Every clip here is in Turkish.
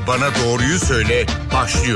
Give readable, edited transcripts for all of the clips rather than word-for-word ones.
Bana Doğruyu Söyle başlıyor.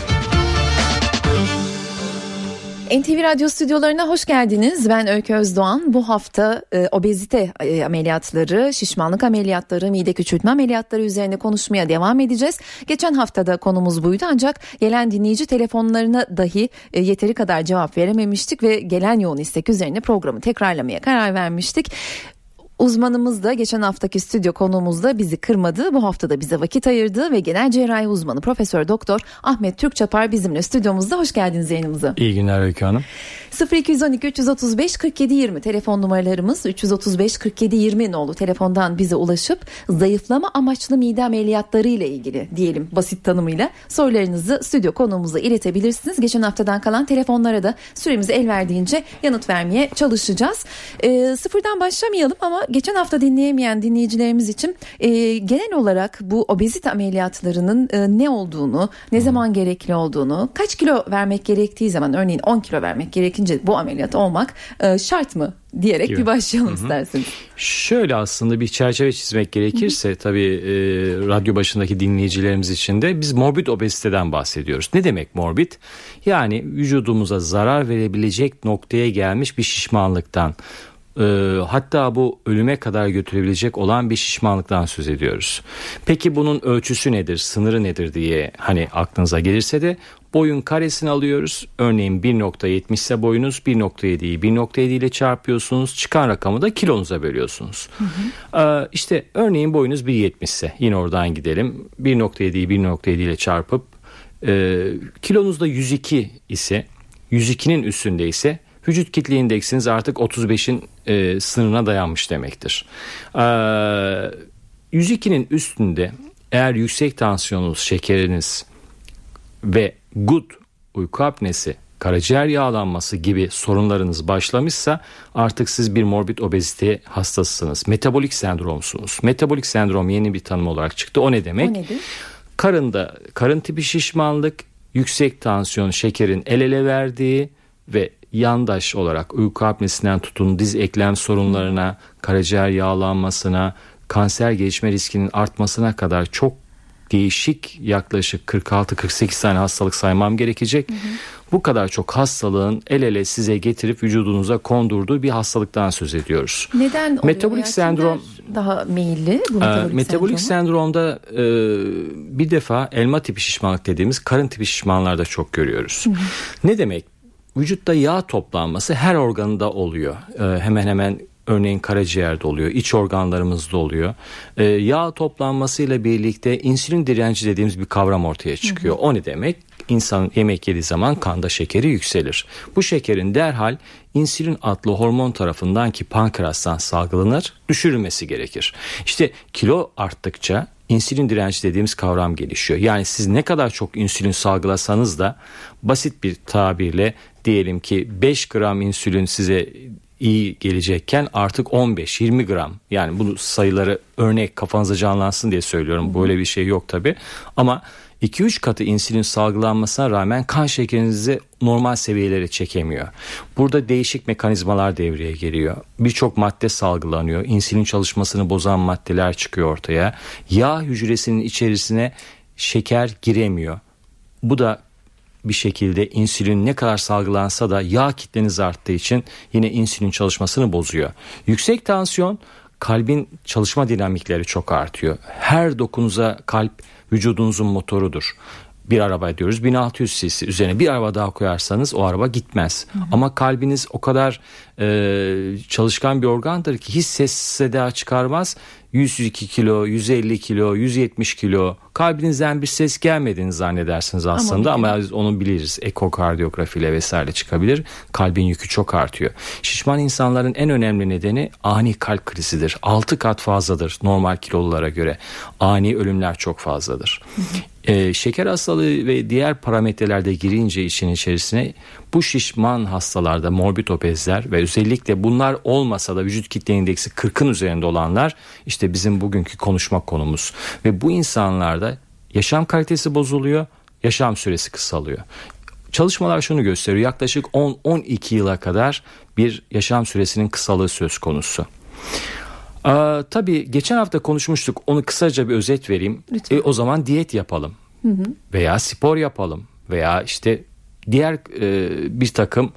NTV Radyo stüdyolarına hoş geldiniz. Ben Öykü Özdoğan. Bu hafta obezite ameliyatları, şişmanlık ameliyatları, mide küçültme ameliyatları üzerine konuşmaya devam edeceğiz. Geçen haftada konumuz buydu ancak gelen dinleyici telefonlarına dahi yeteri kadar cevap verememiştik ve gelen yoğun istek üzerine programı tekrarlamaya karar vermiştik. Uzmanımız da geçen haftaki stüdyo konuğumuzda bizi kırmadı. Bu hafta da bize vakit ayırdı ve genel cerrahi uzmanı Profesör Doktor Ahmet Türkçapar bizimle stüdyomuzda. Hoş geldiniz yayınımıza. İyi günler Öykü Hanım. 0212 335 47 20 telefon numaralarımız. 335 47 20 nolu telefondan bize ulaşıp zayıflama amaçlı mide ameliyatları ile ilgili diyelim basit tanımıyla sorularınızı stüdyo konuğumuza iletebilirsiniz. Geçen haftadan kalan telefonlara da süremiz el verdiğince yanıt vermeye çalışacağız. Sıfırdan başlamayalım ama geçen hafta dinleyemeyen dinleyicilerimiz için genel olarak bu obezite ameliyatlarının ne olduğunu, ne zaman gerekli olduğunu, kaç kilo vermek gerektiği zaman, örneğin 10 kilo vermek gerekince bu ameliyat olmak şart mı diyerek bir başlayalım isterseniz. Şöyle aslında bir çerçeve çizmek gerekirse tabii radyo başındaki dinleyicilerimiz için de biz morbid obeziteden bahsediyoruz. Ne demek morbid? Yani vücudumuza zarar verebilecek noktaya gelmiş bir şişmanlıktan, hatta bu ölüme kadar götürebilecek olan bir şişmanlıktan söz ediyoruz. Peki bunun ölçüsü nedir, sınırı nedir diye hani aklınıza gelirse de boyun karesini alıyoruz. Örneğin 1.70 ise boyunuz 1.7'yi 1.7 ile çarpıyorsunuz. Çıkan rakamı da kilonuza bölüyorsunuz. İşte örneğin boyunuz 1.70 ise yine oradan gidelim. 1.7'yi 1.7 ile çarpıp kilonuz da 102 ise 102'nin üstünde ise vücut kitle indeksiniz artık 35'in sınırına dayanmış demektir. 102'nin üstünde eğer yüksek tansiyonunuz, şekeriniz ve gut, uyku apnesi, karaciğer yağlanması gibi sorunlarınız başlamışsa artık siz bir morbid obezite hastasısınız. Metabolik sendromsunuz. Metabolik sendrom yeni bir tanım olarak çıktı. O ne demek? O nedir? Karın tipi şişmanlık, yüksek tansiyon, şekerin el ele verdiği ve yandaş olarak uyku apnesinden tutun diz eklem sorunlarına, karaciğer yağlanmasına, kanser gelişme riskinin artmasına kadar çok değişik yaklaşık 46-48 tane hastalık saymam gerekecek. Bu kadar çok hastalığın el ele size getirip vücudunuza kondurduğu bir hastalıktan söz ediyoruz. Neden oluyor? Metabolik sendrom daha meyilli bu metabolik sendromda bir defa elma tipi şişmanlık dediğimiz karın tipi şişmanlarda çok görüyoruz. Ne demek? Vücutta yağ toplanması her organında oluyor. Hemen hemen örneğin karaciğerde oluyor, iç organlarımızda oluyor. Yağ toplanmasıyla birlikte insülin direnci dediğimiz bir kavram ortaya çıkıyor. O ne demek? İnsan yemek yediği zaman kanda şekeri yükselir. Bu şekerin derhal insülin adlı hormon tarafından ki pankreastan salgılanır, düşürülmesi gerekir. İşte kilo arttıkça insülin direnci dediğimiz kavram gelişiyor. Yani siz ne kadar çok insülin salgılasanız da basit bir tabirle diyelim ki 5 gram insülin size iyi gelecekken artık 15-20 gram, yani bu sayıları örnek kafanıza canlansın diye söylüyorum. Böyle bir şey yok tabii ama 2-3 katı insülin salgılanmasına rağmen kan şekerinizi normal seviyelere çekemiyor. Burada değişik mekanizmalar devreye giriyor. Birçok madde salgılanıyor. İnsülin çalışmasını bozan maddeler çıkıyor ortaya. Yağ hücresinin içerisine şeker giremiyor. Bu da bir şekilde insülin ne kadar salgılansa da yağ kitleniz arttığı için yine insülin çalışmasını bozuyor. Yüksek tansiyon, kalbin çalışma dinamikleri çok artıyor. Her dokunuza kalp vücudunuzun motorudur. Bir araba diyoruz 1600 cc, üzerine bir araba daha koyarsanız o araba gitmez. Ama kalbiniz o kadar çalışkan bir organdır ki hiç ses seda çıkarmaz. 102 kilo, 150 kilo, 170 kilo kalbinizden bir ses gelmediğini zannedersiniz aslında ama onu biliriz. Ekokardiyografiyle vesaire çıkabilir. Kalbin yükü çok artıyor. Şişman insanların en önemli nedeni ani kalp krizidir. 6 kat fazladır normal kilolulara göre. Ani ölümler çok fazladır. Şeker hastalığı ve diğer parametrelerde girince işin içerisine bu şişman hastalarda morbid obezler ve özellikle bunlar olmasa da vücut kitle indeksi 40'ın üzerinde olanlar işte bizim bugünkü konuşma konumuz. Ve bu insanlarda yaşam kalitesi bozuluyor, yaşam süresi kısalıyor. Çalışmalar şunu gösteriyor, yaklaşık 10-12 yıla kadar bir yaşam süresinin kısalığı söz konusu. Tabii geçen hafta konuşmuştuk. Onu kısaca bir özet vereyim. O zaman diyet yapalım. Veya spor yapalım. Veya işte diğer bir takım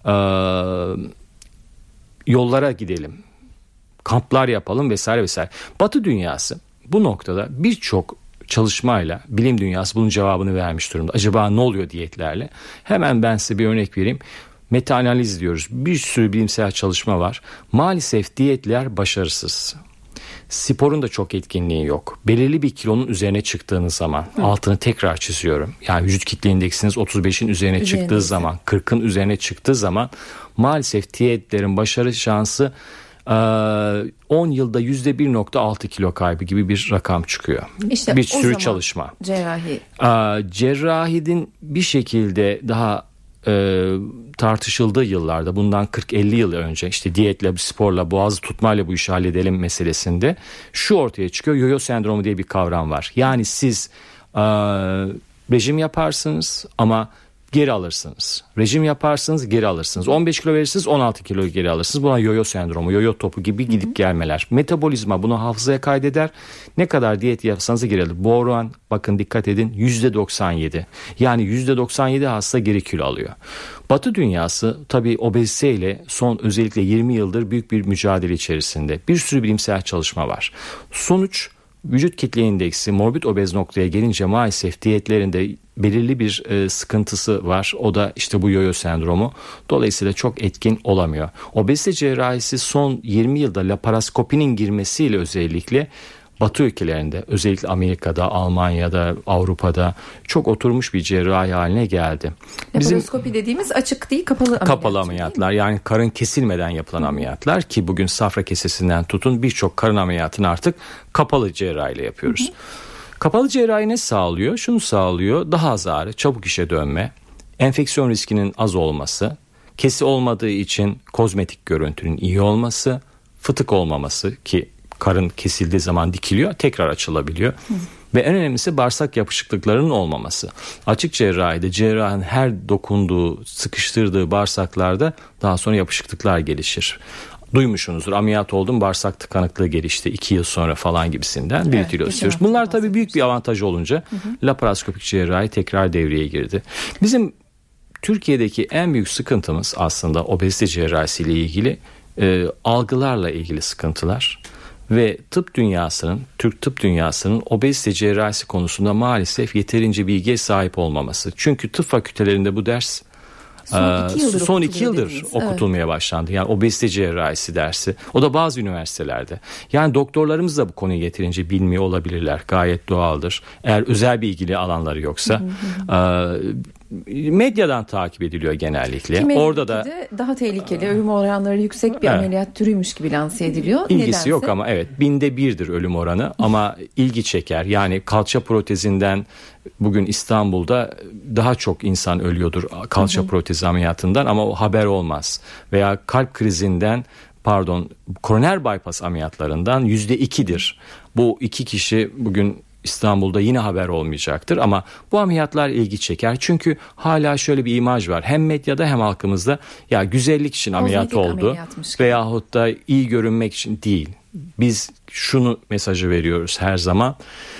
yollara gidelim. Kamplar yapalım vesaire vesaire. Batı dünyası bu noktada birçok çalışmayla bilim dünyası bunun cevabını vermiş durumda. Acaba ne oluyor diyetlerle? Hemen ben size bir örnek vereyim. Meta analiz diyoruz. Bir sürü bilimsel çalışma var. Maalesef diyetler başarısız. Sporun da çok etkinliği yok. Belirli bir kilonun üzerine çıktığınız zaman, altını tekrar çiziyorum. Yani vücut kitle indeksiniz 35'in üzerine çıktığı zaman, 40'ın üzerine çıktığı zaman maalesef diyetlerin başarı şansı 10 yılda %1.6 kilo kaybı gibi bir rakam çıkıyor. İşte bir sürü çalışma. Cerrahinin bir şekilde daha tartışıldığı yıllarda, bundan 40-50 yıl önce, işte diyetle, sporla, boğazı tutmayla bu işi halledelim meselesinde şu ortaya çıkıyor: yo-yo sendromu diye bir kavram var. Yani siz rejim yaparsınız ama geri alırsınız. Rejim yaparsınız, geri alırsınız. 15 kilo verirsiniz, 16 kilo geri alırsınız. Buna yo-yo sendromu, yo-yo topu gibi gidip gelmeler. Metabolizma bunu hafızaya kaydeder. Ne kadar diyet yapsanız geri alır. Bu oran, bakın dikkat edin, %97. Yani %97 hasta geri kilo alıyor. Batı dünyası tabii obeziteyle son özellikle 20 yıldır büyük bir mücadele içerisinde. Bir sürü bilimsel çalışma var. Sonuç, vücut kitle indeksi morbid obez noktaya gelince maalesef diyetlerinde belirli bir sıkıntısı var. O da işte bu yo-yo sendromu. Dolayısıyla çok etkin olamıyor. Obezite cerrahisi son 20 yılda laparoskopinin girmesiyle özellikle Batı ülkelerinde, özellikle Amerika'da, Almanya'da, Avrupa'da çok oturmuş bir cerrahi haline geldi. Laparoskopi dediğimiz açık değil, kapalı ameliyat. Kapalı ameliyatlar, yani karın kesilmeden yapılan ameliyatlar ki bugün safra kesesinden tutun birçok karın ameliyatını artık kapalı cerrahiyle yapıyoruz. Kapalı cerrahi ne sağlıyor? Şunu sağlıyor: daha az ağrı, çabuk işe dönme, enfeksiyon riskinin az olması, kesi olmadığı için kozmetik görüntünün iyi olması, fıtık olmaması ki karın kesildiği zaman dikiliyor, tekrar açılabiliyor. Ve en önemlisi bağırsak yapışıklıklarının olmaması. Açık cerrahide cerrahın her dokunduğu, sıkıştırdığı bağırsaklarda daha sonra yapışıklıklar gelişir. Duymuşsunuzdur, ameliyat oldum, bağırsak tıkanıklığı gelişti 2 yıl sonra falan gibisinden belirtiliyor. Bunlar tabii büyük bir avantaj olunca laparoskopik cerrahi tekrar devreye girdi. Bizim Türkiye'deki en büyük sıkıntımız aslında obezite cerrahisiyle ilgili algılarla ilgili sıkıntılar. Ve tıp dünyasının, Türk tıp dünyasının obezite cerrahisi konusunda maalesef yeterince bilgiye sahip olmaması. Çünkü tıp fakültelerinde bu ders son 2 yıldır okutulmaya başlandı. Yani obezite cerrahisi dersi. O da bazı üniversitelerde. Yani doktorlarımız da bu konuyu yeterince bilmiyor olabilirler. Gayet doğaldır. Eğer özel bir ilgili alanları yoksa. Medyadan takip ediliyor genellikle. Orada da daha tehlikeli, ölüm oranları yüksek bir ameliyat türüymüş gibi lanse ediliyor. İlgisi Nedense yok ama evet, 1/1000'dir ölüm oranı ama ilgi çeker. Yani kalça protezinden bugün İstanbul'da daha çok insan ölüyordur kalça protezi ameliyatından ama o haber olmaz. Veya kalp krizinden, koroner bypass ameliyatlarından %2'dir. Bu 2 kişi bugün İstanbul'da yine haber olmayacaktır ama bu ameliyatlar ilgi çeker. Çünkü hala şöyle bir imaj var. Hem medyada hem halkımızda, ya güzellik için ameliyat oldu veyahut da iyi görünmek için değil. Biz şunu mesajı veriyoruz her zaman.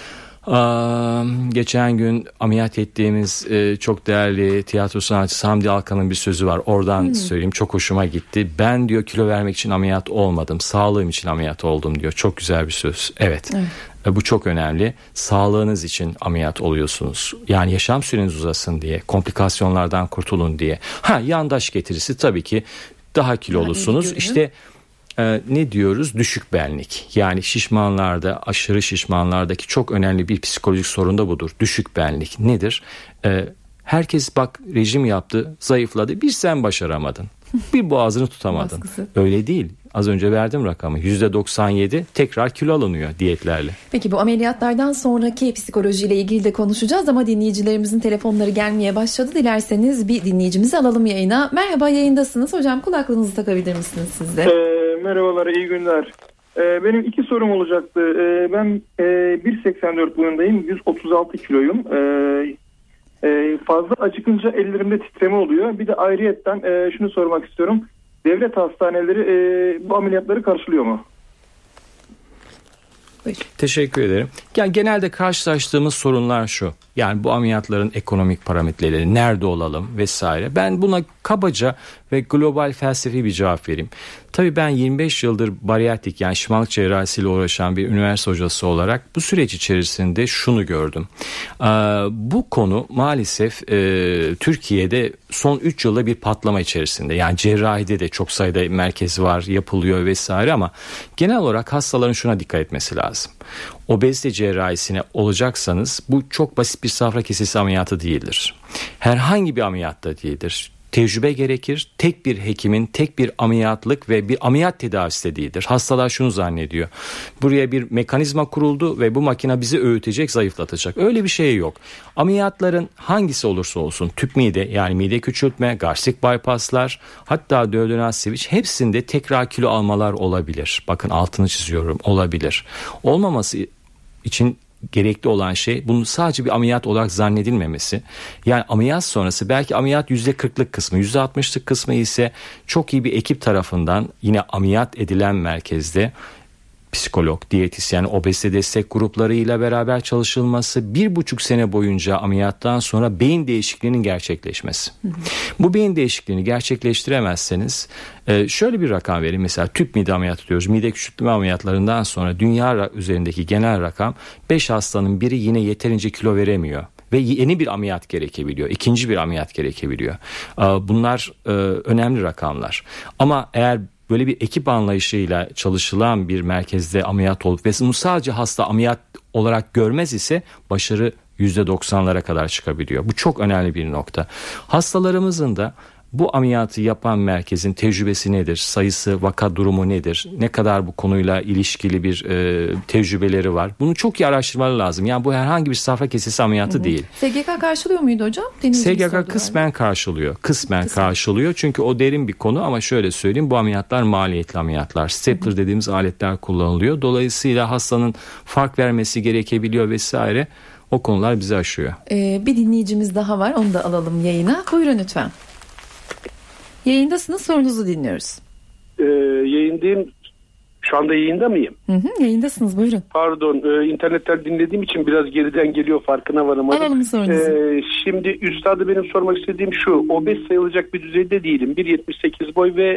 Geçen gün ameliyat ettiğimiz çok değerli tiyatro sanatçısı Hamdi Alkan'ın bir sözü var. Oradan söyleyeyim, çok hoşuma gitti. Ben diyor kilo vermek için ameliyat olmadım, sağlığım için ameliyat oldum diyor. Çok güzel bir söz. Evet. Bu çok önemli. Sağlığınız için ameliyat oluyorsunuz. Yani yaşam süreniz uzasın diye, komplikasyonlardan kurtulun diye. Yandaş getirisi tabii ki daha kilolusunuz. İşte ne diyoruz? Düşük benlik. Yani şişmanlarda, aşırı şişmanlardaki çok önemli bir psikolojik sorun da budur. Düşük benlik nedir? Herkes bak rejim yaptı, zayıfladı. Bir sen başaramadın. Bir boğazını tutamadın. Baskısı. Öyle değil. Az önce verdim rakamı. %97 tekrar kilo alınıyor diyetlerle. Peki bu ameliyatlardan sonraki psikolojiyle ilgili de konuşacağız ama dinleyicilerimizin telefonları gelmeye başladı. Dilerseniz bir dinleyicimizi alalım yayına. Merhaba, yayındasınız. Hocam kulaklığınızı takabilir misiniz siz de? Merhabalar, iyi günler. Benim 2 sorum olacaktı. Ben 1.84 boyundayım, 136 kiloyum. Fazla acıkınca ellerimde titreme oluyor. Bir de ayrıyetten şunu sormak istiyorum. Devlet hastaneleri bu ameliyatları karşılıyor mu? Buyurun. Teşekkür ederim. Yani genelde karşılaştığımız sorunlar şu. Yani bu ameliyatların ekonomik parametreleri, nerede olalım vesaire. Ben buna kabaca ve global felsefi bir cevap vereyim. Tabii ben 25 yıldır bariyatrik yani şişmanlık cerrahisiyle uğraşan bir üniversite hocası olarak bu süreç içerisinde şunu gördüm. Bu konu maalesef Türkiye'de son 3 yılda bir patlama içerisinde. Yani cerrahide de çok sayıda merkez var, yapılıyor vesaire ama genel olarak hastaların şuna dikkat etmesi lazım. Obezite cerrahisine olacaksanız bu çok basit bir safra kesesi ameliyatı değildir. Herhangi bir ameliyatta değildir. Tecrübe gerekir. Tek bir hekimin tek bir ameliyatlık ve bir ameliyat tedavisi de değildir. Hastalar şunu zannediyor. Buraya bir mekanizma kuruldu ve bu makine bizi öğütecek, zayıflatacak. Öyle bir şey yok. Ameliyatların hangisi olursa olsun tüp mide yani mide küçültme, gastrik bypasslar hatta duodenal switch hepsinde tekrar kilo almalar olabilir. Bakın altını çiziyorum, olabilir. Olmaması için gerekli olan şey bunun sadece bir ameliyat olarak zannedilmemesi. Yani ameliyat sonrası belki ameliyat %40'lık kısmı, %60'lık kısmı ise çok iyi bir ekip tarafından yine ameliyat edilen merkezde psikolog, diyetisyen, obezite destek gruplarıyla beraber çalışılması, 1,5 sene boyunca ameliyattan sonra beyin değişikliğinin gerçekleşmesi. Bu beyin değişikliğini gerçekleştiremezseniz şöyle bir rakam vereyim. Mesela tüp mide ameliyatı diyoruz. Mide küçültme ameliyatlarından sonra dünya üzerindeki genel rakam 5 hastanın biri yine yeterince kilo veremiyor. Ve yeni bir ameliyat gerekebiliyor. İkinci bir ameliyat gerekebiliyor. Bunlar önemli rakamlar. Ama eğer böyle bir ekip anlayışıyla çalışılan bir merkezde ameliyat olup ve bunu sadece hasta ameliyat olarak görmez ise başarı %90'lara kadar çıkabiliyor. Bu çok önemli bir nokta. Hastalarımızın da bu ameliyatı yapan merkezin tecrübesi nedir? Sayısı, vaka durumu nedir? Ne kadar bu konuyla ilişkili bir tecrübeleri var? Bunu çok iyi araştırmaları lazım. Yani bu herhangi bir safra kesesi ameliyatı değil. SGK karşılıyor muydu hocam? SGK kısmen karşılıyor. Kısmen karşılıyor. Çünkü o derin bir konu ama şöyle söyleyeyim. Bu ameliyatlar maliyetli ameliyatlar. Stapler dediğimiz aletler kullanılıyor. Dolayısıyla hastanın fark vermesi gerekebiliyor vesaire. O konular bizi aşıyor. Bir dinleyicimiz daha var. Onu da alalım yayına. Buyurun lütfen. Yayındasınız, sorunuzu dinliyoruz. Yayındayım. Şu anda yayında mıyım? Yayındasınız, buyurun. Pardon, internetten dinlediğim için biraz geriden geliyor, farkına varamadım. Alalım sorunuzu. Şimdi üstadı benim sormak istediğim şu: obez sayılacak bir düzeyde değilim. 1.78 boy ve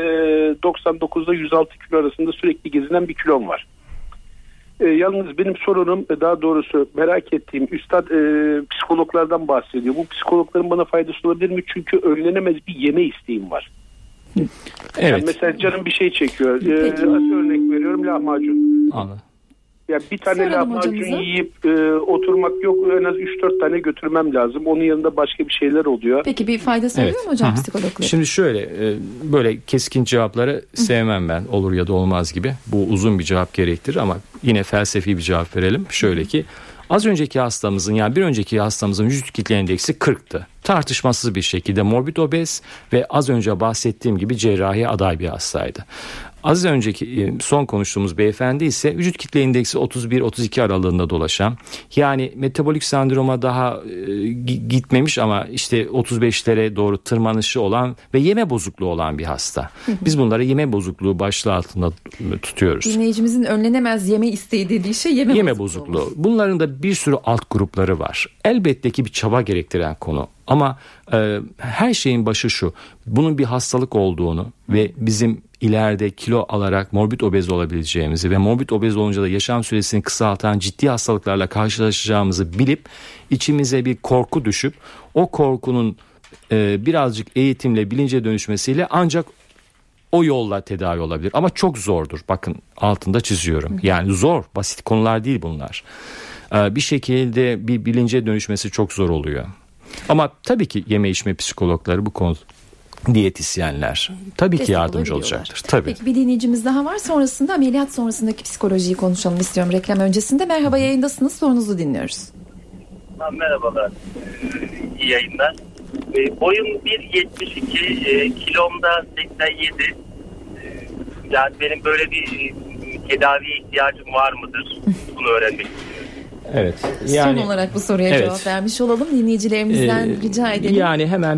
99'da 106 kilo arasında sürekli gezinen bir kilom var. Yalnız benim sorunum, daha doğrusu merak ettiğim, üstad psikologlardan bahsediyor. Bu psikologların bana faydası olabilir mi? Çünkü önlenemez bir yeme isteğim var. Evet. Yani mesela canım bir şey çekiyor. Örnek veriyorum, lahmacun. Anladım. Ya bir tane Soralım lahmacun hocamıza. yiyip oturmak yok. En az 3-4 tane götürmem lazım. Onun yanında başka bir şeyler oluyor. Peki bir faydası oluyor mu hocam psikologların? Şimdi şöyle böyle keskin cevapları sevmem ben, olur ya da olmaz gibi. Bu uzun bir cevap gerektirir ama yine felsefi bir cevap verelim. Şöyle ki az önceki hastamızın, yani bir önceki hastamızın vücut kitle endeksi 40'tı. Tartışmasız bir şekilde morbid obez ve az önce bahsettiğim gibi cerrahi aday bir hastaydı. Az önceki son konuştuğumuz beyefendi ise vücut kitle indeksi 31-32 aralığında dolaşan, yani metabolik sendroma daha gitmemiş ama işte 35'lere doğru tırmanışı olan ve yeme bozukluğu olan bir hasta. Biz bunları yeme bozukluğu başlığı altında tutuyoruz. Dinleyicimizin önlenemez yeme isteği dediği şey yeme bozukluğu. Bunların da bir sürü alt grupları var. Elbette ki bir çaba gerektiren konu. Ama her şeyin başı şu: bunun bir hastalık olduğunu ve bizim ileride kilo alarak morbid obez olabileceğimizi ve morbid obez olunca da yaşam süresini kısaltan ciddi hastalıklarla karşılaşacağımızı bilip içimize bir korku düşüp o korkunun birazcık eğitimle bilince dönüşmesiyle ancak o yolla tedavi olabilir. Ama çok zordur. Bakın altında çiziyorum. Yani zor, basit konular değil bunlar. Bir şekilde bir bilince dönüşmesi çok zor oluyor. Ama tabii ki yeme içme psikologları bu konu, diyetisyenler tabii ki yardımcı olacaktır. Tabii. Peki bir dinleyicimiz daha var. Sonrasında ameliyat sonrasındaki psikolojiyi konuşalım istiyorum reklam öncesinde. Merhaba, yayındasınız, sorunuzu dinliyoruz. Merhabalar. İyi yayınlar. Boyum 1.72, kilomda 87. Yani benim böyle bir tedaviye ihtiyacım var mıdır? Bunu öğrenmek istiyorum. Evet. Son olarak bu soruya cevap vermiş olalım. Dinleyicilerimizden rica edelim. Yani hemen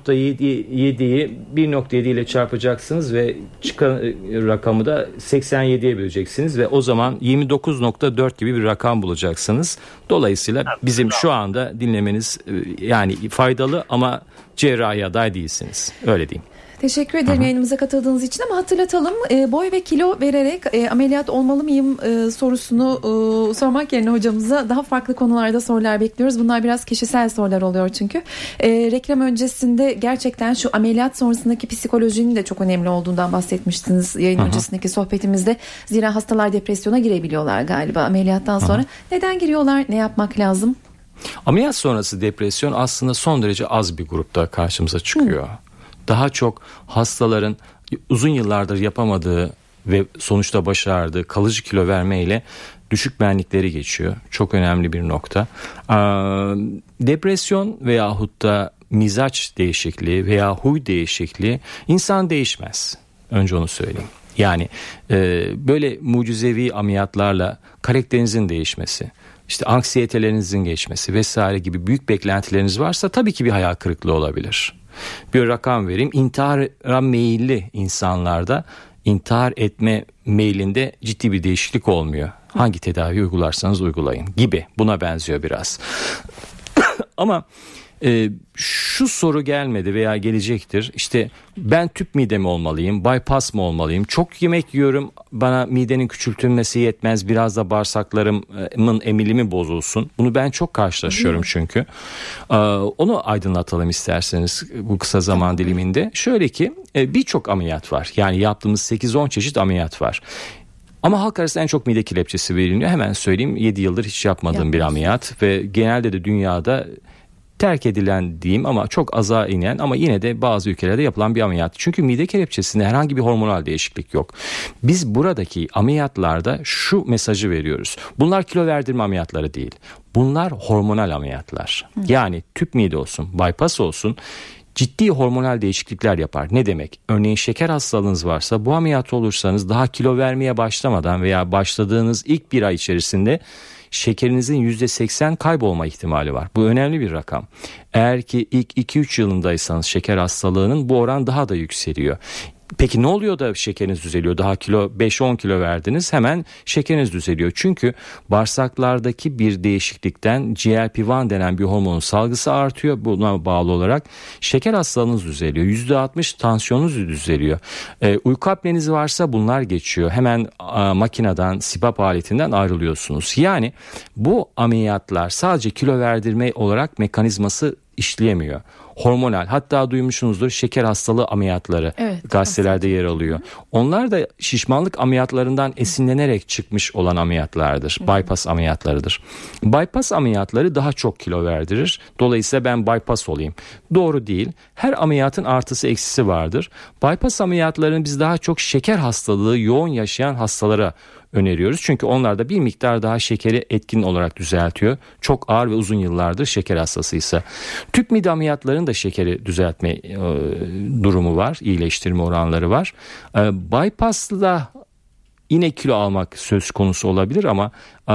1.7'yi 1.7 ile çarpacaksınız ve çıkan rakamı da 87'ye böleceksiniz ve o zaman 29.4 gibi bir rakam bulacaksınız. Dolayısıyla bizim şu anda dinlemeniz yani faydalı ama cerrahi aday değilsiniz. Öyle diyeyim. Teşekkür ederim yayınımıza katıldığınız için ama hatırlatalım, boy ve kilo vererek ameliyat olmalı mıyım sorusunu sormak yerine hocamıza daha farklı konularda sorular bekliyoruz. Bunlar biraz kişisel sorular oluyor çünkü. Reklam öncesinde gerçekten şu ameliyat sonrasındaki psikolojinin de çok önemli olduğundan bahsetmiştiniz yayın öncesindeki sohbetimizde. Zira hastalar depresyona girebiliyorlar galiba ameliyattan sonra. Neden giriyorlar? Ne yapmak lazım? Ameliyat sonrası depresyon aslında son derece az bir grupta karşımıza çıkıyor. Daha çok hastaların uzun yıllardır yapamadığı ve sonuçta başardığı kalıcı kilo vermeyle düşük benlikleri geçiyor. Çok önemli bir nokta. Depresyon veyahut da mizaç değişikliği veya huy değişikliği insan değişmez. Önce onu söyleyeyim. Yani böyle mucizevi ameliyatlarla karakterinizin değişmesi, işte anksiyetelerinizin geçmesi vesaire gibi büyük beklentileriniz varsa tabii ki bir hayal kırıklığı olabilir. Bir rakam vereyim. İntihara meyilli insanlarda intihar etme meylinde ciddi bir değişiklik olmuyor. Hangi tedavi uygularsanız uygulayın gibi. Buna benziyor biraz. Ama şu soru gelmedi veya gelecektir. İşte ben tüp mide mi olmalıyım, bypass mı olmalıyım? Çok yemek yiyorum, bana midenin küçültülmesi yetmez, biraz da bağırsaklarımın emilimi bozulsun. Bunu ben çok karşılaşıyorum çünkü. Onu aydınlatalım isterseniz bu kısa zaman diliminde. Şöyle ki birçok ameliyat var. Yani yaptığımız 8-10 çeşit ameliyat var. Ama halk arasında en çok mide kelepçesi veriliyor. Hemen söyleyeyim, 7 yıldır hiç yapmadığım bir ameliyat ve genelde de dünyada terk edilen diyeyim ama çok aza inen ama yine de bazı ülkelerde yapılan bir ameliyat. Çünkü mide kelepçesinde herhangi bir hormonal değişiklik yok. Biz buradaki ameliyatlarda şu mesajı veriyoruz. Bunlar kilo verdirme ameliyatları değil. Bunlar hormonal ameliyatlar. Yani tüp mide olsun, bypass olsun, ciddi hormonal değişiklikler yapar. Ne demek? Örneğin şeker hastalığınız varsa bu ameliyat olursanız daha kilo vermeye başlamadan veya başladığınız ilk bir ay içerisinde şekerinizin %80 kaybolma ihtimali var. Bu önemli bir rakam. Eğer ki ilk 2-3 yılındaysanız şeker hastalığının bu oran daha da yükseliyor. Peki ne oluyor da şekeriniz düzeliyor? Daha 5-10 kilo verdiniz, hemen şekeriniz düzeliyor. Çünkü bağırsaklardaki bir değişiklikten GLP-1 denen bir hormonun salgısı artıyor. Buna bağlı olarak şeker hastalığınız düzeliyor. %60 tansiyonunuz düzeliyor. Uyku apneniz varsa bunlar geçiyor. Hemen makineden, CPAP aletinden ayrılıyorsunuz. Yani bu ameliyatlar sadece kilo verdirme olarak mekanizması işleyemiyor. Hormonal, hatta duymuşsunuzdur, şeker hastalığı ameliyatları gazetelerde yer alıyor. Onlar da şişmanlık ameliyatlarından esinlenerek çıkmış olan ameliyatlardır. Bypass ameliyatlarıdır. Bypass ameliyatları daha çok kilo verdirir. Dolayısıyla ben bypass olayım. Doğru değil. Her ameliyatın artısı eksisi vardır. Bypass ameliyatlarını biz daha çok şeker hastalığı yoğun yaşayan hastalara öneriyoruz. Çünkü onlarda bir miktar daha şekeri etkin olarak düzeltiyor. Çok ağır ve uzun yıllardır şeker hastasıysa. Tüp mide ameliyatlarının da şekeri düzeltme durumu var. İyileştirme oranları var. Bypass'la yine kilo almak söz konusu olabilir ama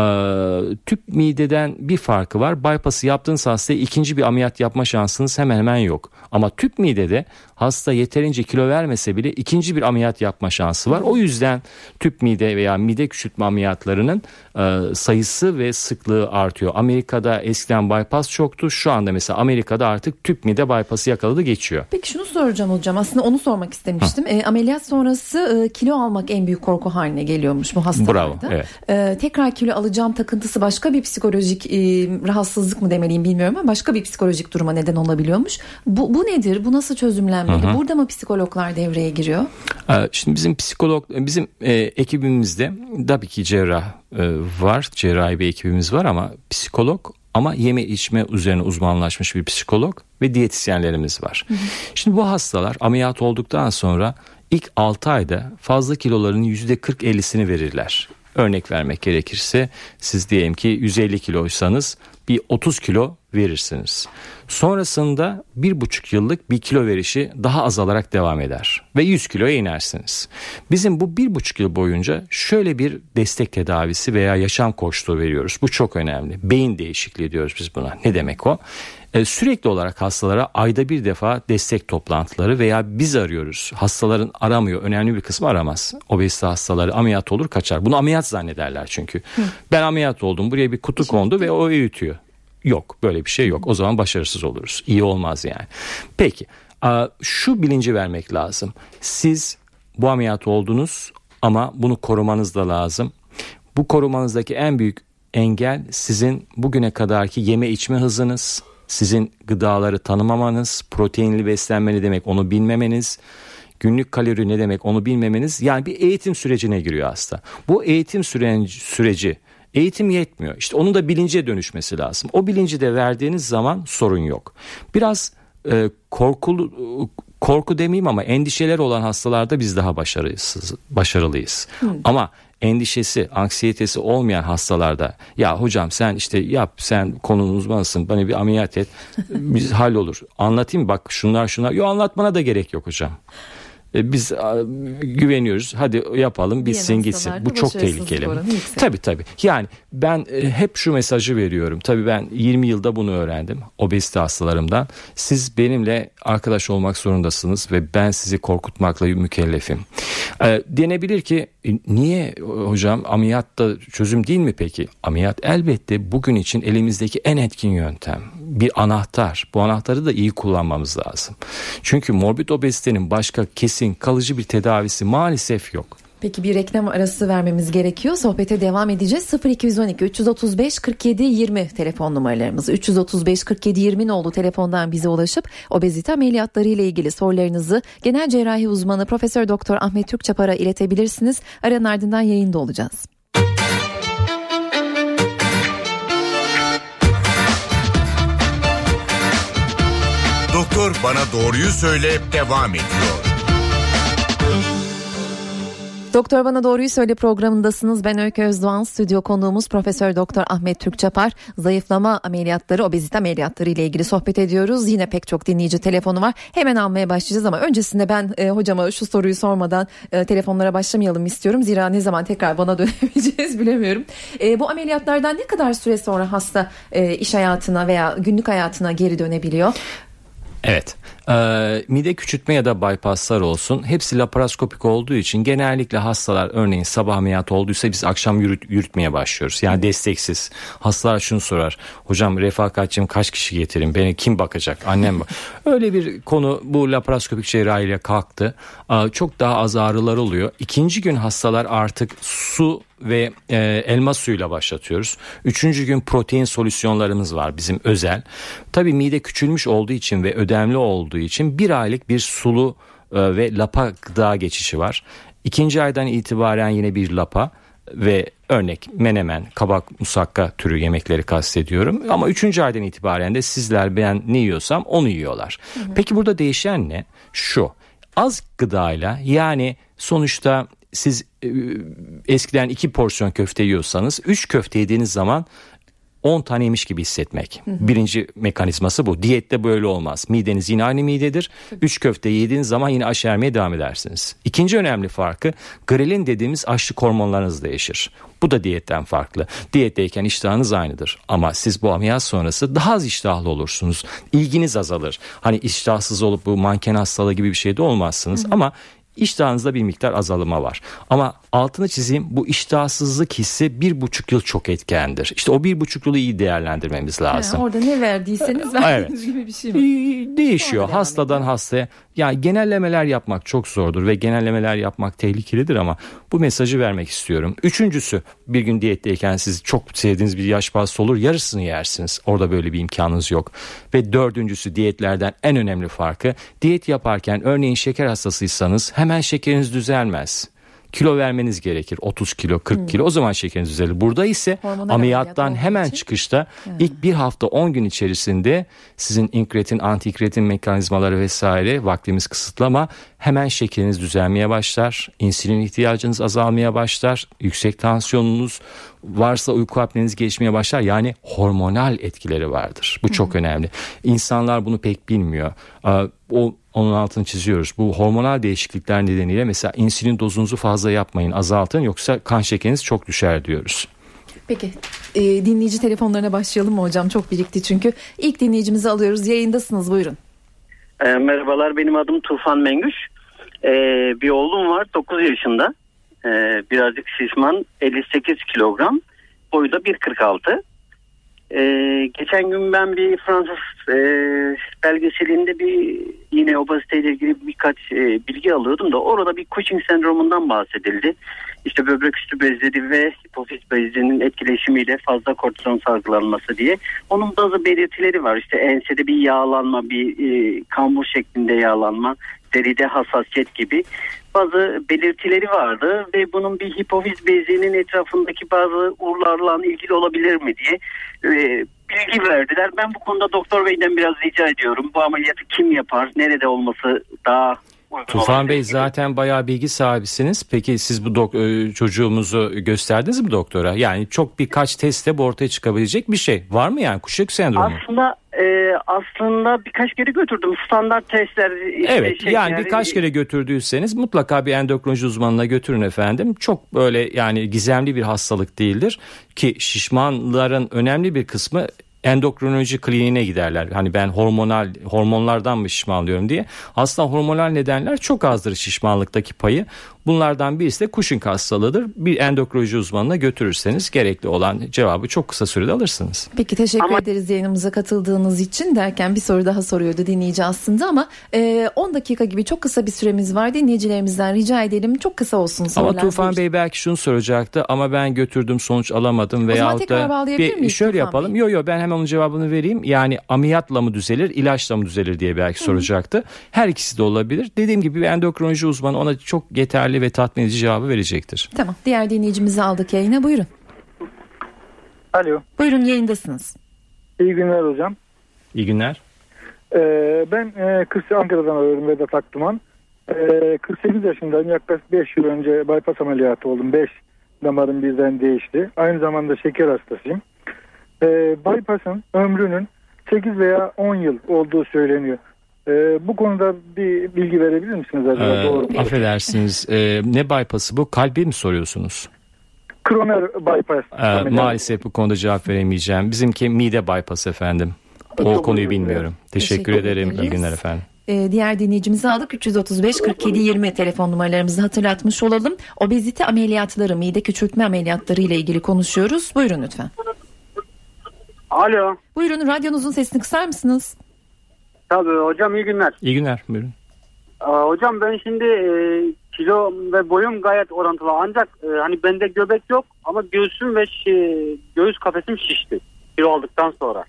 tüp mideden bir farkı var. Bypass'ı yaptığınız hastaya ikinci bir ameliyat yapma şansınız hemen hemen yok. Ama tüp midede hasta yeterince kilo vermese bile ikinci bir ameliyat yapma şansı var. O yüzden tüp mide veya mide küçültme ameliyatlarının sayısı ve sıklığı artıyor. Amerika'da eskiden bypass çoktu. Şu anda mesela Amerika'da artık tüp mide bypass'ı yakaladı geçiyor. Peki şunu soracağım hocam. Aslında onu sormak istemiştim. Ameliyat sonrası kilo almak en büyük korku haline geliyormuş bu hastalarda. Bravo. Evet. Tekrar kilo alacağım takıntısı başka bir psikolojik rahatsızlık mı demeliyim bilmiyorum ama başka bir psikolojik duruma neden olabiliyormuş. Bu nedir? Bu nasıl çözümlenmeli? Burada mı psikologlar devreye giriyor? Şimdi bizim ekibimizde tabii ki cerrah var. Cerrahi bir ekibimiz var ama psikolog, ama yeme içme üzerine uzmanlaşmış bir psikolog ve diyetisyenlerimiz var. Şimdi bu hastalar ameliyat olduktan sonra ilk 6 ayda fazla kilolarının %40-50'sini verirler. Örnek vermek gerekirse siz diyelim ki 150 kiloysanız bir 30 kilo verirsiniz. Sonrasında 1,5 yıllık bir kilo verişi daha azalarak devam eder ve 100 kiloya inersiniz. Bizim bu 1,5 yıl boyunca şöyle bir destek tedavisi veya yaşam koçluğu veriyoruz. Bu çok önemli. Beyin değişikliği diyoruz biz buna. Ne demek o? Sürekli olarak hastalara ayda bir defa destek toplantıları veya biz arıyoruz. Hastaların aramıyor. Önemli bir kısmı aramaz. Obezite hastaları ameliyat olur kaçar. Bunu ameliyat zannederler çünkü. Ben ameliyat oldum. Buraya bir kutu kondu ve o öğütüyor. Yok, böyle bir şey yok. O zaman başarısız oluruz. İyi olmaz yani. Peki şu bilinci vermek lazım. Siz bu ameliyat oldunuz ama bunu korumanız da lazım. Bu korumanızdaki en büyük engel sizin bugüne kadarki yeme içme hızınız, sizin gıdaları tanımamanız, proteinli beslenme ne demek onu bilmemeniz, günlük kalori ne demek onu bilmemeniz, yani bir eğitim sürecine giriyor hasta. Bu eğitim süreci eğitim yetmiyor. İşte onun da bilince dönüşmesi lazım. O bilinci de verdiğiniz zaman sorun yok. Biraz korku demeyeyim ama endişeler olan hastalarda biz daha başarılıyız. Ama endişesi, anksiyetesi olmayan hastalarda ya hocam sen işte yap, sen konunun uzmanısın, bana bir ameliyat et, biz hallolur. Anlatayım bak şunlar. Yok, anlatmana da gerek yok hocam. Biz güveniyoruz, hadi yapalım, bitsin gitsin. Bu çok tehlikeli. Tabii. Yani ben hep şu mesajı veriyorum. Tabii ben 20 yılda bunu öğrendim obezite hastalarımdan. Siz benimle arkadaş olmak zorundasınız ve ben sizi korkutmakla mükellefim. Denebilir ki niye hocam, ameliyat da çözüm değil mi peki? Ameliyat elbette bugün için elimizdeki en etkin yöntem. Bir anahtar. Bu anahtarı da iyi kullanmamız lazım. Çünkü morbid obezitenin başka kesin kalıcı bir tedavisi maalesef yok. Peki bir reklam arası vermemiz gerekiyor. Sohbete devam edeceğiz. 0212 335 47 20 telefon numaralarımız. 335 47 20 nolu telefondan bize ulaşıp obezite ameliyatları ile ilgili sorularınızı genel cerrahi uzmanı Profesör Doktor Ahmet Türkçapar'a iletebilirsiniz. Aranın ardından yayında olacağız. Doktor Bana Doğruyu Söyle devam ediyor. Doktor Bana Doğruyu Söyle programındasınız. Ben Öykü Özdoğan. Stüdyo konuğumuz Profesör Doktor Ahmet Türkçapar. Zayıflama ameliyatları, obezite ameliyatları ile ilgili sohbet ediyoruz. Yine pek çok dinleyici telefonu var. Hemen almaya başlayacağız ama öncesinde ben hocama şu soruyu sormadan telefonlara başlamayalım istiyorum. Zira ne zaman tekrar bana dönebileceğiz bilemiyorum. Bu ameliyatlardan ne kadar süre sonra hasta iş hayatına veya günlük hayatına geri dönebiliyor? Evet, mide küçültme ya da bypasslar olsun, hepsi laparoskopik olduğu için genellikle hastalar örneğin sabah ameliyat olduysa biz akşam yürütmeye başlıyoruz. Yani desteksiz. Hastalar şunu sorar: hocam refakatçim kaç kişi getireyim, beni kim bakacak, annem bak. Öyle bir konu bu laparoskopik cerrahiyle kalktı. Çok daha az ağrılar oluyor. İkinci gün hastalar artık su ve elma suyuyla başlatıyoruz. Üçüncü gün protein solüsyonlarımız var bizim özel. Tabii mide küçülmüş olduğu için ve ödemli olduğu için bir aylık bir sulu ve lapa gıda geçişi var. İkinci aydan itibaren yine bir lapa ve örnek menemen, kabak, musakka türü yemekleri kastediyorum. Ama 3. aydan itibaren de sizler ben ne yiyorsam onu yiyorlar. Peki burada değişen ne? Şu: az gıdayla, yani sonuçta siz eskiden 2 porsiyon köfte yiyorsanız 3 köfte yediğiniz zaman 10 tane yemiş gibi hissetmek. Birinci mekanizması bu. Diyette böyle olmaz. Mideniz yine aynı midedir. 3 köfte yediğiniz zaman yine aşermeye devam edersiniz. İkinci önemli farkı, grelin dediğimiz açlık hormonlarınız değişir. Bu da diyetten farklı. Diyetteyken iştahınız aynıdır. Ama siz bu ameliyat sonrası daha az iştahlı olursunuz. İlginiz azalır. Hani iştahsız olup bu manken hastalığı gibi bir şey de olmazsınız. Ama İştahınızda bir miktar azalma var. Ama altını çizeyim, bu iştahsızlık hissi 1,5 yıl çok etkendir. İşte o 1,5 yılı iyi değerlendirmemiz lazım. Yani orada ne verdiyseniz verdiğiniz gibi bir şey mi? Değişiyor hastadan hastaya. Ya genellemeler yapmak çok zordur ve genellemeler yapmak tehlikelidir ama bu mesajı vermek istiyorum. Üçüncüsü, bir gün diyetteyken siz çok sevdiğiniz bir yaş pastası olur, yarısını yersiniz. Orada böyle bir imkanınız yok. Ve dördüncüsü, diyetlerden en önemli farkı, diyet yaparken örneğin şeker hastasıysanız hemen şekeriniz düzelmez. kilo vermeniz gerekir. 30 kilo 40 kilo, o zaman şekeriniz düzelir. Burada ise Hormonal ameliyattan ameliyat hemen için. çıkışta ilk bir hafta 10 gün içerisinde sizin inkretin, antikretin mekanizmaları vesaire, vaktimiz kısıtlama, hemen şekeriniz düzelmeye başlar. İnsülin ihtiyacınız azalmaya başlar. Yüksek tansiyonunuz varsa uyku apneniz geçmeye başlar. Yani hormonal etkileri vardır. Bu çok önemli. İnsanlar bunu pek bilmiyor. Onun altını çiziyoruz. Bu hormonal değişiklikler nedeniyle mesela insülin dozunuzu fazla yapmayın, azaltın, yoksa kan şekeriniz çok düşer diyoruz. Peki dinleyici telefonlarına başlayalım mı hocam? Çok birikti çünkü. İlk dinleyicimizi alıyoruz. Yayındasınız, buyurun. Merhabalar, benim adım Tufan Mengüş. Bir oğlum var, 9 yaşında. Birazcık şişman, 58 kilogram. Boyu da 1.46. Geçen gün ben bir Fransız belgeselinde yine obeziteyle ilgili birkaç bilgi alıyordum da orada bir Cushing sendromundan bahsedildi. İşte böbrek üstü bezleri ve hipofiz bezlerinin etkileşimiyle fazla kortizon salgılanması diye. Onun bazı belirtileri var. İşte ensede bir yağlanma, bir kambur şeklinde yağlanma, deride hassasiyet gibi bazı belirtileri vardı ve bunun bir hipofiz bezinin etrafındaki bazı uğurlarla ilgili olabilir mi diye bilgi verdiler. Ben bu konuda Doktor Bey'den biraz rica ediyorum. Bu ameliyatı kim yapar? Nerede olması daha uygun? Tufan Bey, zaten bayağı bilgi sahibisiniz. Peki siz bu çocuğumuzu gösterdiniz mi doktora? Yani çok birkaç testle bu ortaya çıkabilecek bir şey. Var mı yani Cushing sendromu? Aslında birkaç kere götürdüm. Standart testler. Evet, yani birkaç kere götürdüyseniz mutlaka bir endokrinoloji uzmanına götürün efendim. Çok böyle yani gizemli bir hastalık değildir ki şişmanların önemli bir kısmı endokrinoloji kliniğine giderler. Hani ben hormonlardan mı şişmanlıyorum diye. Aslında hormonal nedenler çok azdır şişmanlıktaki payı. Bunlardan birisi de Cushing hastalığıdır. Bir endokrinoloji uzmanına götürürseniz gerekli olan cevabı çok kısa sürede alırsınız. Peki, teşekkür ederiz yayınımıza katıldığınız için derken bir soru daha soruyordu dinleyici aslında ama 10 dakika gibi çok kısa bir süremiz var. Dinleyicilerimizden rica edelim çok kısa olsun sorular. Ama Tufan Bey belki şunu soracaktı, ama ben götürdüm sonuç alamadım veyahut da şöyle yapalım. Yok ben hemen onun cevabını vereyim. Yani ameliyatla mı düzelir, ilaçla mı düzelir diye belki soracaktı. Her ikisi de olabilir. Dediğim gibi bir endokrinoloji uzmanı ona çok yeterli ve tatmin edici cevabı verecektir. Tamam. Diğer dinleyicimizi aldık yayına. Buyurun. Alo. Buyurun, yayındasınız. İyi günler hocam. İyi günler. Ben Ankara'dan arıyorum, Vedat Akduman. 48 yaşındayım. Yaklaşık 5 yıl önce bypass ameliyatı oldum. 5 damarım birden değişti. Aynı zamanda şeker hastasıyım. Bypass'ın ömrünün 8 veya 10 yıl olduğu söyleniyor. Bu konuda bir bilgi verebilir misiniz acaba? Doğru mu? Affedersiniz. Ne bypass'ı bu? Kalbi mi soruyorsunuz? Kroner bypass. Maalesef bu konuda cevap veremeyeceğim. Bizimki mide bypass efendim. O konuyu bilmiyorum. Teşekkür ederim. İyi günler efendim. Diğer dinleyicimizi aldık. 335 47 20 telefon numaralarımızı hatırlatmış olalım. Obezite ameliyatları, mide küçültme ameliyatları ile ilgili konuşuyoruz. Buyurun lütfen. Alo. Buyurun, radyonuzun sesini kısar mısınız? Tabii hocam, iyi günler. İyi günler. Buyurun. Hocam ben şimdi kilo ve boyum gayet orantılı, ancak hani bende göbek yok ama göğsüm ve göğüs kafesim şişti kilo aldıktan sonra.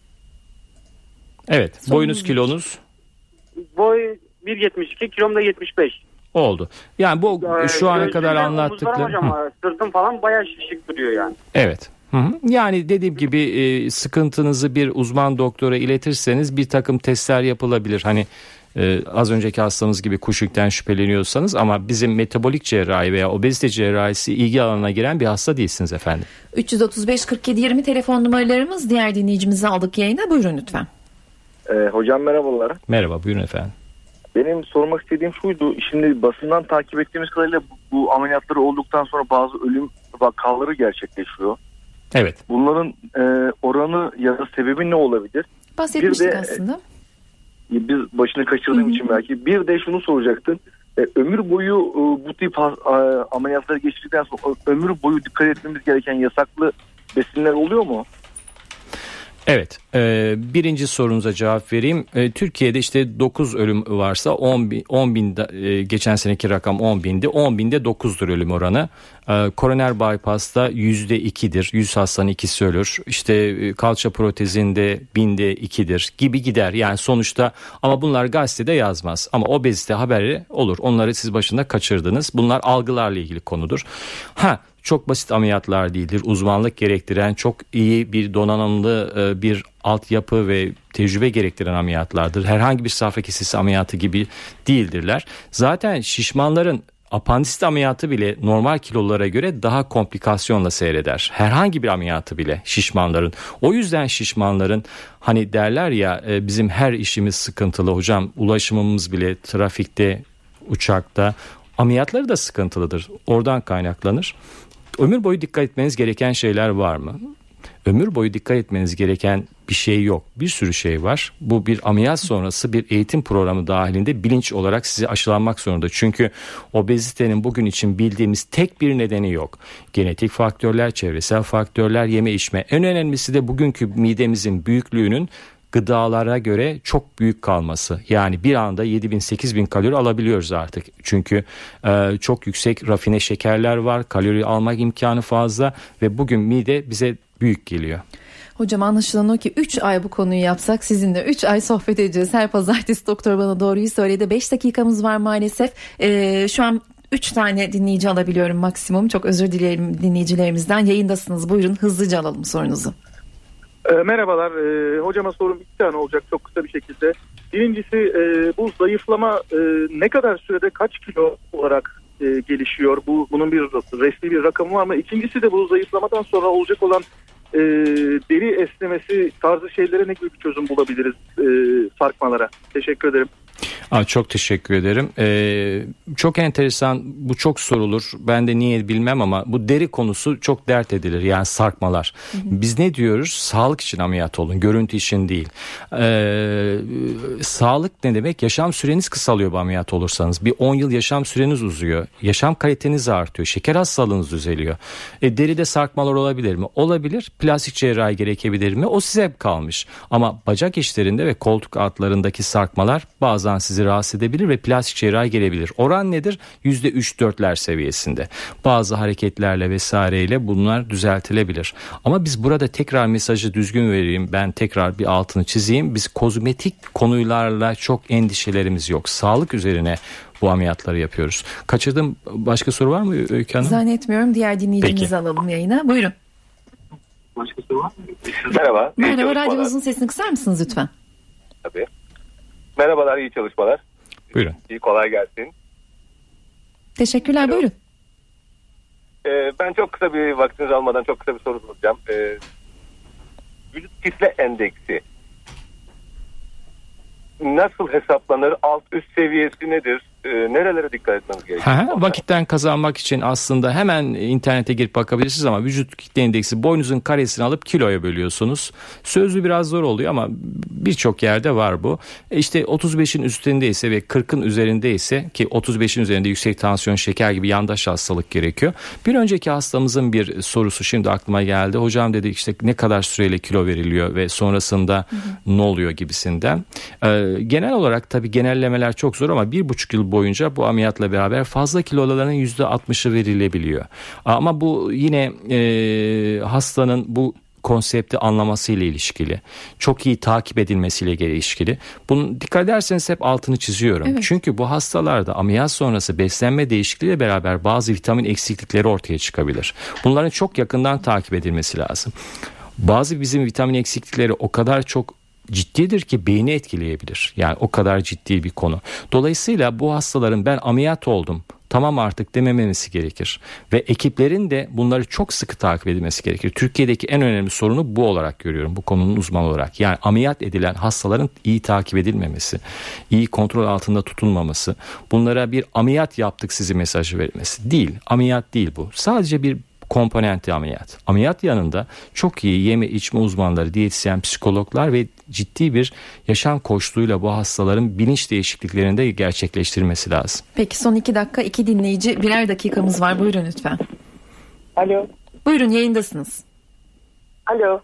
Evet. Boyunuz, kilonuz? Boy 1.72, kilom da 75. Oldu. Yani bu şu ana kadar anlattıklarım. Hocam sırtım falan bayağı şişik duruyor yani. Evet. Yani dediğim gibi sıkıntınızı bir uzman doktora iletirseniz bir takım testler yapılabilir. Hani az önceki hastamız gibi Cushing'den şüpheleniyorsanız, ama bizim metabolik cerrahi veya obezite cerrahisi ilgi alanına giren bir hasta değilsiniz efendim. 335 47 20 telefon numaralarımız. Diğer dinleyicimizi aldık yayına. Buyurun lütfen. Hocam merhabalar. Merhaba, buyurun efendim. Benim sormak istediğim şuydu. Şimdi basından takip ettiğimiz kadarıyla bu ameliyatları olduktan sonra bazı ölüm vakaları gerçekleşiyor. Evet. Bunların oranı ya da sebebi ne olabilir? Bahsetmiştik aslında. Biz başını kaçırdığım için belki. Bir de şunu soracaktım. Ömür boyu bu tip ameliyatları geçirdikten sonra ömür boyu dikkat etmemiz gereken yasaklı besinler oluyor mu? Evet, birinci sorunuza cevap vereyim. Türkiye'de işte 9 ölüm varsa 10 bin geçen seneki rakam 10 bindi. 10 binde 9'dur ölüm oranı. Koroner bypass'ta %2'dir. 100 hastanın ikisi ölür. İşte kalça protezinde binde 2'dir gibi gider. Yani sonuçta, ama bunlar gazetede yazmaz. Ama obezite haberi olur. Onları siz başında kaçırdınız. Bunlar algılarla ilgili konudur. Çok basit ameliyatlar değildir. Uzmanlık gerektiren, çok iyi bir donanımlı bir altyapı ve tecrübe gerektiren ameliyatlardır. Herhangi bir safra kesesi ameliyatı gibi değildirler. Zaten şişmanların apandisit ameliyatı bile normal kilolara göre daha komplikasyonla seyreder. Herhangi bir ameliyatı bile şişmanların. O yüzden şişmanların hani derler ya bizim her işimiz sıkıntılı hocam, ulaşımımız bile trafikte, uçakta, ameliyatları da sıkıntılıdır. Oradan kaynaklanır. Ömür boyu dikkat etmeniz gereken şeyler var mı? Ömür boyu dikkat etmeniz gereken bir şey yok. Bir sürü şey var. Bu bir ameliyat sonrası bir eğitim programı dahilinde bilinç olarak size aşılanmak zorunda. Çünkü obezitenin bugün için bildiğimiz tek bir nedeni yok. Genetik faktörler, çevresel faktörler, yeme içme. En önemlisi de bugünkü midemizin büyüklüğünün gıdalara göre çok büyük kalması. Yani bir anda 7.000-8.000 kalori alabiliyoruz artık. Çünkü çok yüksek rafine şekerler var. Kalori almak imkanı fazla ve bugün mide bize büyük geliyor. Hocam anlaşılan o ki 3 ay bu konuyu yapsak sizinle 3 ay sohbet edeceğiz. Her pazartesi doktor bana doğruyu söyledi. 5 dakikamız var maalesef. Şu an 3 tane dinleyici alabiliyorum maksimum. Çok özür dilerim dinleyicilerimizden. Yayındasınız. Buyurun hızlıca alalım sorunuzu. Merhabalar. Hocama sorum 2 tane olacak çok kısa bir şekilde. Birincisi bu zayıflama ne kadar sürede kaç kilo olarak gelişiyor? Bunun bir resmi bir rakamı var mı? İkincisi de bu zayıflamadan sonra olacak olan deri esnemesi tarzı şeylere ne gibi bir çözüm bulabiliriz sarkmalara? Teşekkür ederim. Çok teşekkür ederim. Çok enteresan, bu çok sorulur. Ben de niye bilmem ama bu deri konusu çok dert edilir. Yani sarkmalar. Biz ne diyoruz? Sağlık için ameliyat olun. Görüntü için değil. Sağlık ne demek? Yaşam süreniz kısalıyor bu ameliyat olursanız. Bir 10 yıl yaşam süreniz uzuyor. Yaşam kaliteniz artıyor. Şeker hastalığınız düzeliyor. Deride sarkmalar olabilir mi? Olabilir. Plastik cerrahi gerekebilir mi? O size kalmış. Ama bacak işlerinde ve koltuk altlarındaki sarkmalar bazen sizi rahatsız edebilir ve plastik cerrahi gelebilir. Oran nedir? %3-4'ler seviyesinde. Bazı hareketlerle vesaireyle bunlar düzeltilebilir. Ama biz burada tekrar mesajı düzgün vereyim. Ben tekrar bir altını çizeyim. Biz kozmetik konularla çok endişelerimiz yok. Sağlık üzerine bu ameliyatları yapıyoruz. Kaçırdım. Başka soru var mı Öykü Hanım? Zannetmiyorum. Diğer dinleyicimizi alalım yayına. Buyurun. Başka soru var mı? Merhaba. Merhaba. Radyonuzun sesini kısar mısınız lütfen? Tabii. Merhabalar, iyi çalışmalar. Buyurun. İyi, kolay gelsin. Teşekkürler, Alo. buyurun. Ben çok kısa bir vaktinizi almadan çok kısa bir soru soracağım. Vücut kitle endeksi nasıl hesaplanır? Alt üst seviyesi nedir? Nerelere dikkat etmemiz gerekiyor? Vakitten kazanmak için aslında hemen internete girip bakabilirsiniz ama vücut kitle endeksi boynuzun karesini alıp kiloya bölüyorsunuz. Sözlü biraz zor oluyor ama birçok yerde var bu. İşte 35'in üstündeyse ve 40'ın üzerindeyse, ki 35'in üzerinde yüksek tansiyon, şeker gibi yandaş hastalık gerekiyor. Bir önceki hastamızın bir sorusu şimdi aklıma geldi. Hocam dedi işte ne kadar süreyle kilo veriliyor ve sonrasında ne oluyor gibisinden. Genel olarak tabii genellemeler çok zor ama 1,5 yıl boyunca bu ameliyatla beraber fazla kiloların %60'ı verilebiliyor. Ama bu yine hastanın bu konsepti anlamasıyla ilişkili. Çok iyi takip edilmesiyle ilişkili. Bunu dikkat ederseniz hep altını çiziyorum. Evet. Çünkü bu hastalarda ameliyat sonrası beslenme değişikliğiyle beraber bazı vitamin eksiklikleri ortaya çıkabilir. Bunların çok yakından takip edilmesi lazım. Bazı bizim vitamin eksiklikleri o kadar çok ciddidir ki beyni etkileyebilir. Yani o kadar ciddi bir konu. Dolayısıyla bu hastaların ben ameliyat oldum, tamam artık dememesi gerekir. Ve ekiplerin de bunları çok sıkı takip edilmesi gerekir. Türkiye'deki en önemli sorunu bu olarak görüyorum. Bu konunun uzmanı olarak. Yani ameliyat edilen hastaların iyi takip edilmemesi, iyi kontrol altında tutulmaması, bunlara bir ameliyat yaptık sizi mesajı verilmesi değil. Ameliyat değil bu. Sadece bir komponenti ameliyat. Ameliyat yanında çok iyi yeme içme uzmanları, diyetisyen, psikologlar ve ciddi bir yaşam koçluğuyla bu hastaların bilinç değişikliklerini de gerçekleştirmesi lazım. Peki son 2 dakika 2 dinleyici, birer dakikamız var. Buyurun lütfen. Alo. Buyurun, yayındasınız. Alo.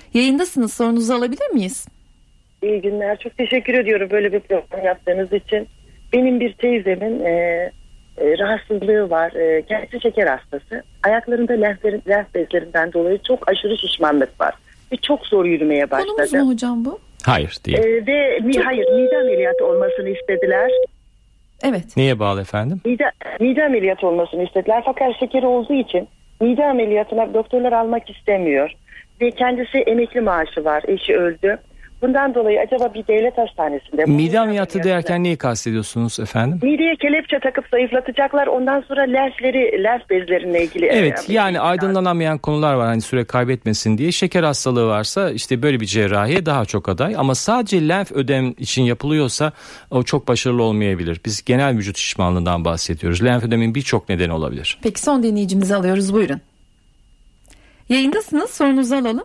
Yayındasınız, sorunuzu alabilir miyiz? İyi günler. Çok teşekkür ediyorum böyle bir program yaptığınız için. Benim bir teyzemin rahatsızlığı var. Kendisi şeker hastası. Ayaklarında lenf bezlerinden dolayı çok aşırı şişmanlık var. Ve çok zor yürümeye başladı. Konumuz mu hocam bu? Hayır değil. Hayır, mide ameliyatı olmasını istediler. Evet. Neye bağlı efendim? Mide ameliyatı olmasını istediler. Fakat şekeri olduğu için mide ameliyatına doktorlar almak istemiyor. Ve kendisi emekli maaşı var. Eşi öldü. Bundan dolayı acaba bir devlet hastanesinde... Mide ameliyatı derken neyi kastediyorsunuz efendim? Mideye kelepçe takıp zayıflatacaklar. Ondan sonra lenf bezlerine ilgili... Evet, yani aydınlanamayan konular var. Hani süre kaybetmesin diye. Şeker hastalığı varsa işte böyle bir cerrahiye daha çok aday. Ama sadece lenf ödem için yapılıyorsa o çok başarılı olmayabilir. Biz genel vücut şişmanlığından bahsediyoruz. Lenf ödemin birçok nedeni olabilir. Peki son dinleyicimizi alıyoruz. Buyurun. Yayındasınız. Sorunuzu alalım.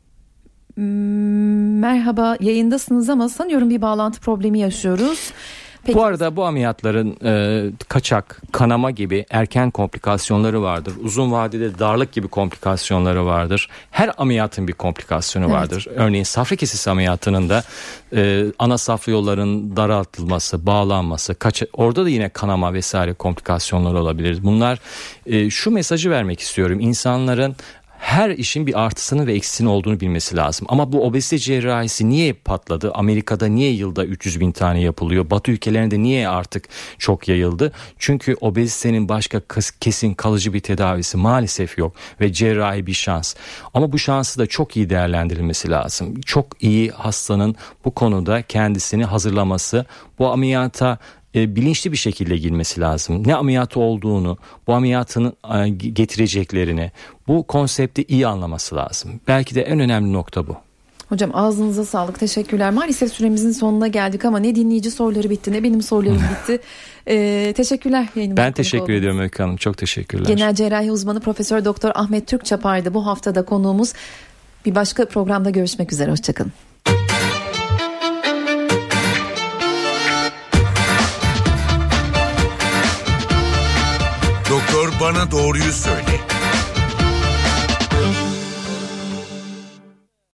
Merhaba, yayındasınız ama sanıyorum bir bağlantı problemi yaşıyoruz. Peki. Bu arada bu ameliyatların kaçak, kanama gibi erken komplikasyonları vardır. Uzun vadede darlık gibi komplikasyonları vardır. Her ameliyatın bir komplikasyonu vardır. Evet. Örneğin safra kesesi ameliyatının da ana safra yollarının daraltılması, bağlanması, orada da yine kanama vesaire komplikasyonları olabilir. Bunlar şu mesajı vermek istiyorum. İnsanların her işin bir artısının ve eksisinin olduğunu bilmesi lazım. Ama bu obezite cerrahisi niye patladı? Amerika'da niye yılda 300 bin tane yapılıyor? Batı ülkelerinde niye artık çok yayıldı? Çünkü obezitenin başka kesin kalıcı bir tedavisi maalesef yok. Ve cerrahi bir şans. Ama bu şansı da çok iyi değerlendirilmesi lazım. Çok iyi hastanın bu konuda kendisini hazırlaması, bu ameliyata bilinçli bir şekilde girmesi lazım. Ne ameliyatı olduğunu, bu ameliyatın getireceklerini, bu konsepti iyi anlaması lazım. Belki de en önemli nokta bu. Hocam ağzınıza sağlık, teşekkürler. Maalesef süremizin sonuna geldik ama ne dinleyici soruları bitti ne benim sorularım bitti. Teşekkürler. Ben teşekkür ediyorum Öykü Hanım, çok teşekkürler. Genel cerrahi uzmanı Profesör Doktor Ahmet Türkçapar'dı bu haftada konuğumuz. Bir başka programda görüşmek üzere, hoşçakalın. Doktor bana doğruyu söyle.